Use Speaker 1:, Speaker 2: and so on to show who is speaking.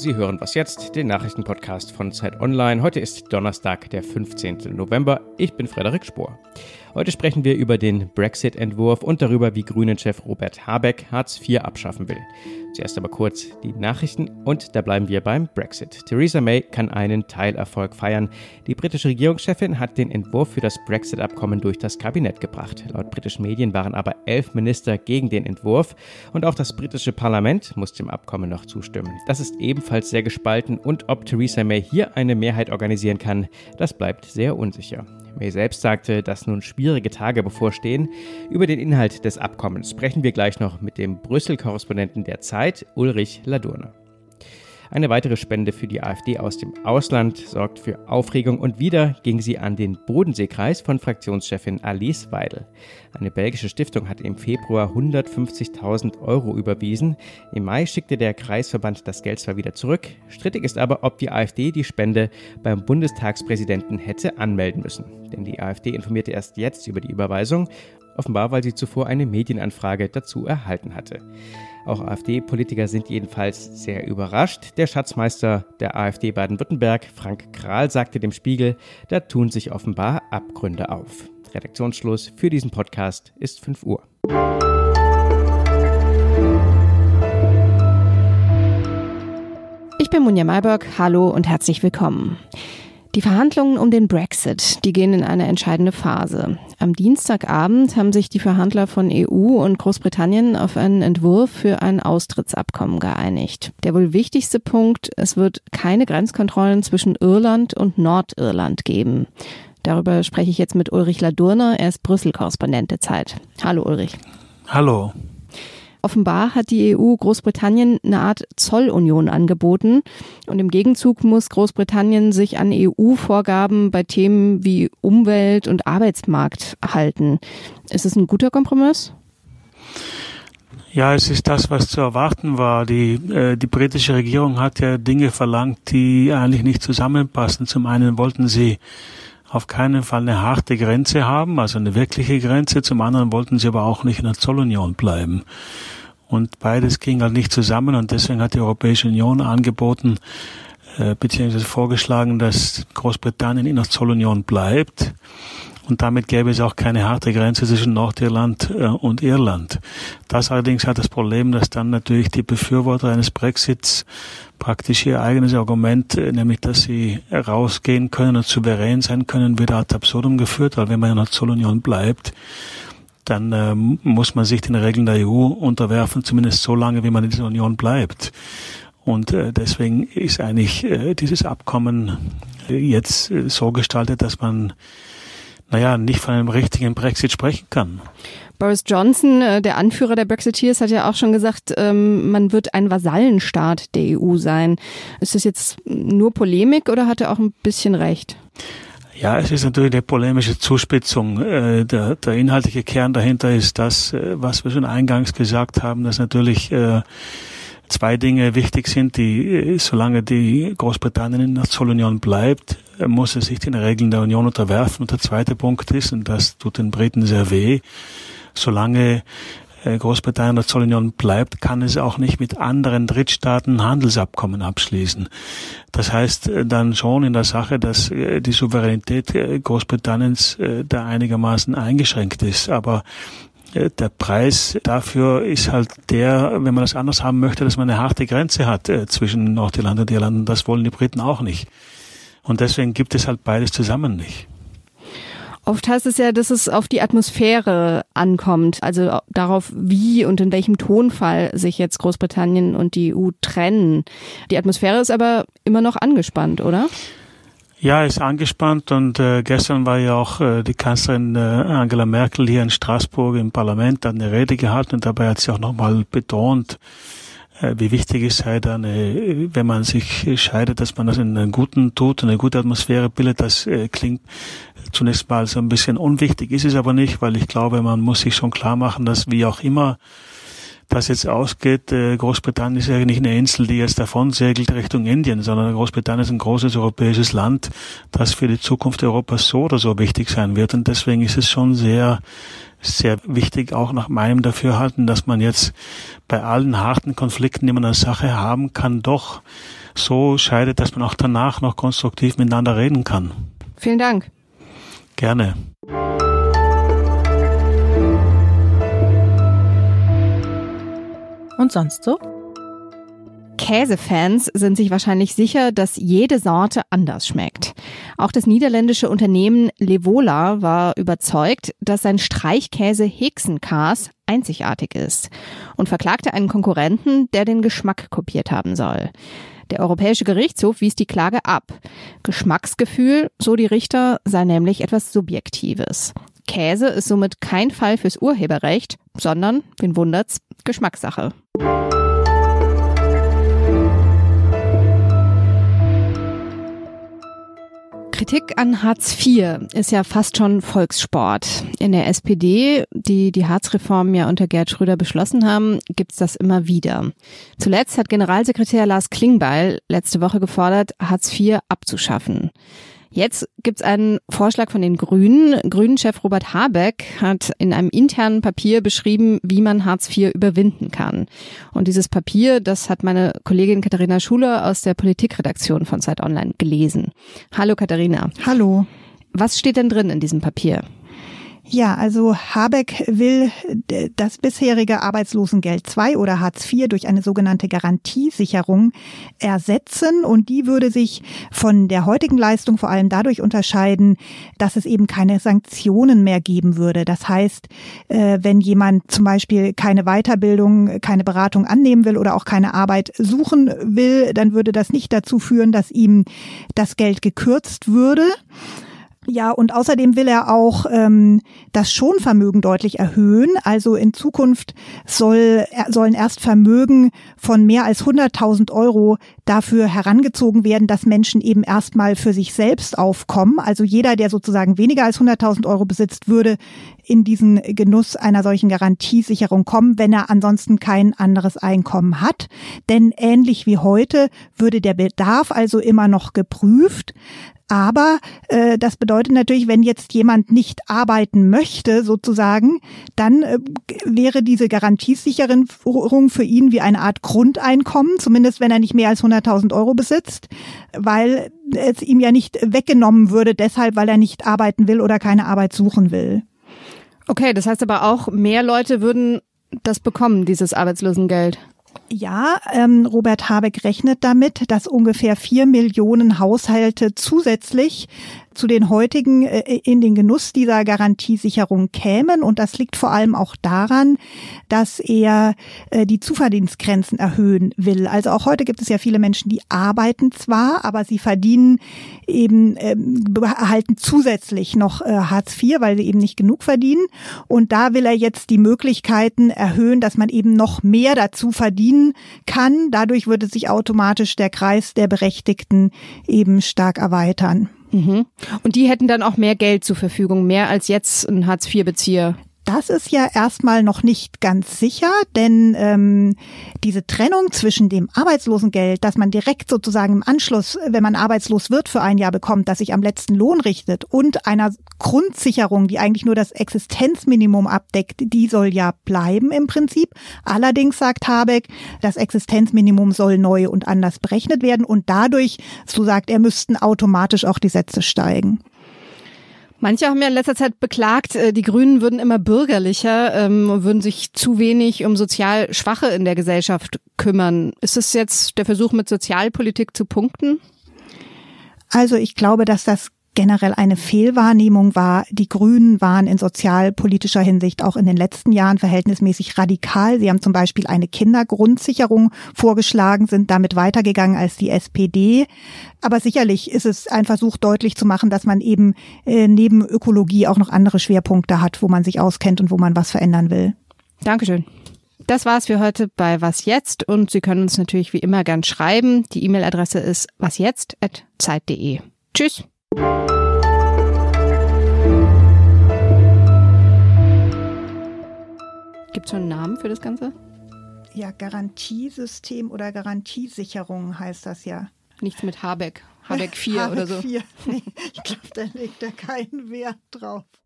Speaker 1: Sie hören Was jetzt?, den Nachrichtenpodcast von Zeit Online. Heute ist Donnerstag, der 15. November. Ich bin Frederik Spohr. Heute sprechen wir über den Brexit-Entwurf und darüber, wie Grünen-Chef Robert Habeck Hartz IV abschaffen will. Zuerst aber kurz die Nachrichten und da bleiben wir beim Brexit. Theresa May kann einen Teilerfolg feiern. Die britische Regierungschefin hat den Entwurf für das Brexit-Abkommen durch das Kabinett gebracht. Laut britischen Medien waren aber 11 Minister gegen den Entwurf und auch das britische Parlament muss dem Abkommen noch zustimmen. Das ist ebenfalls sehr gespalten und ob Theresa May hier eine Mehrheit organisieren kann, das bleibt sehr unsicher. May selbst sagte, dass nun schwierige Tage bevorstehen. Über den Inhalt des Abkommens sprechen wir gleich noch mit dem Brüssel-Korrespondenten der Zeit, Ulrich Ladurner. Eine weitere Spende für die AfD aus dem Ausland sorgt für Aufregung und wieder ging sie an den Bodenseekreis von Fraktionschefin Alice Weidel. Eine belgische Stiftung hat im Februar 150.000 Euro überwiesen. Im Mai schickte der Kreisverband das Geld zwar wieder zurück. Strittig ist aber, ob die AfD die Spende beim Bundestagspräsidenten hätte anmelden müssen. Denn die AfD informierte erst jetzt über die Überweisung, offenbar weil sie zuvor eine Medienanfrage dazu erhalten hatte. Auch AfD-Politiker sind jedenfalls sehr überrascht. Der Schatzmeister der AfD Baden-Württemberg, Frank Krahl, sagte dem Spiegel, da tun sich offenbar Abgründe auf. Redaktionsschluss für diesen Podcast ist 5 Uhr.
Speaker 2: Ich bin Munja Mayberg, hallo und herzlich willkommen. Die Verhandlungen um den Brexit, die gehen in eine entscheidende Phase. Am Dienstagabend haben sich die Verhandler von EU und Großbritannien auf einen Entwurf für ein Austrittsabkommen geeinigt. Der wohl wichtigste Punkt, es wird keine Grenzkontrollen zwischen Irland und Nordirland geben. Darüber spreche ich jetzt mit Ulrich Ladurner, er ist Brüssel-Korrespondent der Zeit. Hallo Ulrich.
Speaker 3: Hallo.
Speaker 2: Offenbar hat die EU Großbritannien eine Art Zollunion angeboten und im Gegenzug muss Großbritannien sich an EU-Vorgaben bei Themen wie Umwelt und Arbeitsmarkt halten. Ist es ein guter Kompromiss?
Speaker 3: Ja, es ist das, was zu erwarten war. Die britische Regierung hat ja Dinge verlangt, die eigentlich nicht zusammenpassen. Zum einen wollten sie auf keinen Fall eine harte Grenze haben, also eine wirkliche Grenze. Zum anderen wollten sie aber auch nicht in der Zollunion bleiben. Und beides ging halt nicht zusammen und deswegen hat die Europäische Union angeboten, beziehungsweise vorgeschlagen, dass Großbritannien in der Zollunion bleibt. Und damit gäbe es auch keine harte Grenze zwischen Nordirland und Irland. Das allerdings hat das Problem, dass dann natürlich die Befürworter eines Brexits praktisch ihr eigenes Argument, nämlich dass sie rausgehen können und souverän sein können, wieder ad absurdum geführt, weil wenn man in der Zollunion bleibt, dann muss man sich den Regeln der EU unterwerfen, zumindest so lange, wie man in dieser Union bleibt. Und deswegen ist eigentlich dieses Abkommen jetzt so gestaltet, dass man nicht von einem richtigen Brexit sprechen kann.
Speaker 2: Boris Johnson, der Anführer der Brexiteers, hat ja auch schon gesagt, man wird ein Vasallenstaat der EU sein. Ist das jetzt nur Polemik oder hat er auch ein bisschen recht?
Speaker 3: Ja, es ist natürlich eine polemische Zuspitzung. Der inhaltliche Kern dahinter ist das, was wir schon eingangs gesagt haben, dass natürlich zwei Dinge wichtig sind, solange die Großbritannien in der Zollunion bleibt, muss es sich den Regeln der Union unterwerfen. Und der zweite Punkt ist, und das tut den Briten sehr weh, solange Großbritannien in der Zollunion bleibt, kann es auch nicht mit anderen Drittstaaten Handelsabkommen abschließen. Das heißt dann schon in der Sache, dass die Souveränität Großbritanniens da einigermaßen eingeschränkt ist. Aber der Preis dafür ist halt der, wenn man das anders haben möchte, dass man eine harte Grenze hat zwischen Nordirland und Irland. Und das wollen die Briten auch nicht. Und deswegen gibt es halt beides zusammen nicht.
Speaker 2: Oft heißt es ja, dass es auf die Atmosphäre ankommt, also darauf, wie und in welchem Tonfall sich jetzt Großbritannien und die EU trennen. Die Atmosphäre ist aber immer noch angespannt, oder?
Speaker 3: Ja, ist angespannt und gestern war ja auch die Kanzlerin Angela Merkel hier in Straßburg im Parlament, hat eine Rede gehalten und dabei hat sie auch nochmal betont, wie wichtig es sei dann, wenn man sich scheidet, dass man das in einem guten tut, eine gute Atmosphäre bildet. Das klingt zunächst mal so ein bisschen unwichtig, ist es aber nicht, weil ich glaube, man muss sich schon klar machen, dass wie auch immer das jetzt ausgeht. Großbritannien ist ja nicht eine Insel, die jetzt davon segelt Richtung Indien, sondern Großbritannien ist ein großes europäisches Land, das für die Zukunft Europas so oder so wichtig sein wird. Und deswegen ist es schon sehr, sehr wichtig, auch nach meinem Dafürhalten, dass man jetzt bei allen harten Konflikten, die man als Sache haben kann, doch so scheidet, dass man auch danach noch konstruktiv miteinander reden kann.
Speaker 2: Vielen Dank.
Speaker 3: Gerne.
Speaker 4: Und sonst so?
Speaker 2: Käsefans sind sich wahrscheinlich sicher, dass jede Sorte anders schmeckt. Auch das niederländische Unternehmen Levola war überzeugt, dass sein Streichkäse Heksenkaas einzigartig ist und verklagte einen Konkurrenten, der den Geschmack kopiert haben soll. Der Europäische Gerichtshof wies die Klage ab. Geschmacksgefühl, so die Richter, sei nämlich etwas Subjektives. Käse ist somit kein Fall fürs Urheberrecht, sondern, wen wundert's, Geschmackssache. Kritik an Hartz IV ist ja fast schon Volkssport. In der SPD, die die Hartz-Reform ja unter Gerd Schröder beschlossen haben, gibt's das immer wieder. Zuletzt hat Generalsekretär Lars Klingbeil letzte Woche gefordert, Hartz IV abzuschaffen. Jetzt gibt's einen Vorschlag von den Grünen. Grünen-Chef Robert Habeck hat in einem internen Papier beschrieben, wie man Hartz IV überwinden kann. Und dieses Papier, das hat meine Kollegin Katharina Schuler aus der Politikredaktion von Zeit Online gelesen. Hallo Katharina.
Speaker 5: Hallo.
Speaker 2: Was steht denn drin in diesem Papier?
Speaker 5: Ja, also Habeck will das bisherige Arbeitslosengeld II oder Hartz IV durch eine sogenannte Garantiesicherung ersetzen, und die würde sich von der heutigen Leistung vor allem dadurch unterscheiden, dass es eben keine Sanktionen mehr geben würde. Das heißt, wenn jemand zum Beispiel keine Weiterbildung, keine Beratung annehmen will oder auch keine Arbeit suchen will, dann würde das nicht dazu führen, dass ihm das Geld gekürzt würde. Ja, und außerdem will er auch das Schonvermögen deutlich erhöhen. Also in Zukunft sollen erst Vermögen von mehr als 100.000 Euro dafür herangezogen werden, dass Menschen eben erstmal für sich selbst aufkommen. Also jeder, der sozusagen weniger als 100.000 Euro besitzt, würde in diesen Genuss einer solchen Garantiesicherung kommen, wenn er ansonsten kein anderes Einkommen hat. Denn ähnlich wie heute würde der Bedarf also immer noch geprüft. Aber das bedeutet natürlich, wenn jetzt jemand nicht arbeiten möchte, sozusagen, dann wäre diese Garantiesicherung für ihn wie eine Art Grundeinkommen, zumindest wenn er nicht mehr als 100.000 Euro besitzt, weil es ihm ja nicht weggenommen würde, deshalb, weil er nicht arbeiten will oder keine Arbeit suchen will.
Speaker 2: Okay, das heißt aber auch, mehr Leute würden das bekommen, dieses Arbeitslosengeld.
Speaker 5: Ja, Robert Habeck rechnet damit, dass ungefähr 4 Millionen Haushalte zusätzlich zu den heutigen in den Genuss dieser Garantiesicherung kämen. Und das liegt vor allem auch daran, dass er die Zuverdienstgrenzen erhöhen will. Also auch heute gibt es ja viele Menschen, die arbeiten zwar, aber sie verdienen eben, erhalten zusätzlich noch Hartz IV, weil sie eben nicht genug verdienen. Und da will er jetzt die Möglichkeiten erhöhen, dass man eben noch mehr dazu verdienen kann. Dadurch würde sich automatisch der Kreis der Berechtigten eben stark erweitern.
Speaker 2: Mhm. Und die hätten dann auch mehr Geld zur Verfügung, mehr als jetzt ein Hartz-IV-Bezieher.
Speaker 5: Das ist ja erstmal noch nicht ganz sicher, denn diese Trennung zwischen dem Arbeitslosengeld, das man direkt sozusagen im Anschluss, wenn man arbeitslos wird, für ein Jahr bekommt, das sich am letzten Lohn richtet, und einer Grundsicherung, die eigentlich nur das Existenzminimum abdeckt, die soll ja bleiben im Prinzip. Allerdings sagt Habeck, das Existenzminimum soll neu und anders berechnet werden, und dadurch, so sagt er, müssten automatisch auch die Sätze steigen.
Speaker 2: Manche haben ja in letzter Zeit beklagt, die Grünen würden immer bürgerlicher, würden sich zu wenig um sozial Schwache in der Gesellschaft kümmern. Ist es jetzt der Versuch, mit Sozialpolitik zu punkten?
Speaker 5: Also ich glaube, dass das generell eine Fehlwahrnehmung war. Die Grünen waren in sozialpolitischer Hinsicht auch in den letzten Jahren verhältnismäßig radikal. Sie haben zum Beispiel eine Kindergrundsicherung vorgeschlagen, sind damit weitergegangen als die SPD. Aber sicherlich ist es ein Versuch, deutlich zu machen, dass man eben neben Ökologie auch noch andere Schwerpunkte hat, wo man sich auskennt und wo man was verändern will.
Speaker 2: Dankeschön. Das war's für heute bei Was Jetzt, und Sie können uns natürlich wie immer gern schreiben. Die E-Mail-Adresse ist wasjetzt@zeit.de. Tschüss. Gibt's schon einen Namen für das Ganze?
Speaker 5: Ja, Garantiesystem oder Garantiesicherung heißt das ja.
Speaker 2: Nichts mit Habeck. Habeck 4 oder so.
Speaker 5: 4. Nee, ich glaube, da legt er keinen Wert drauf.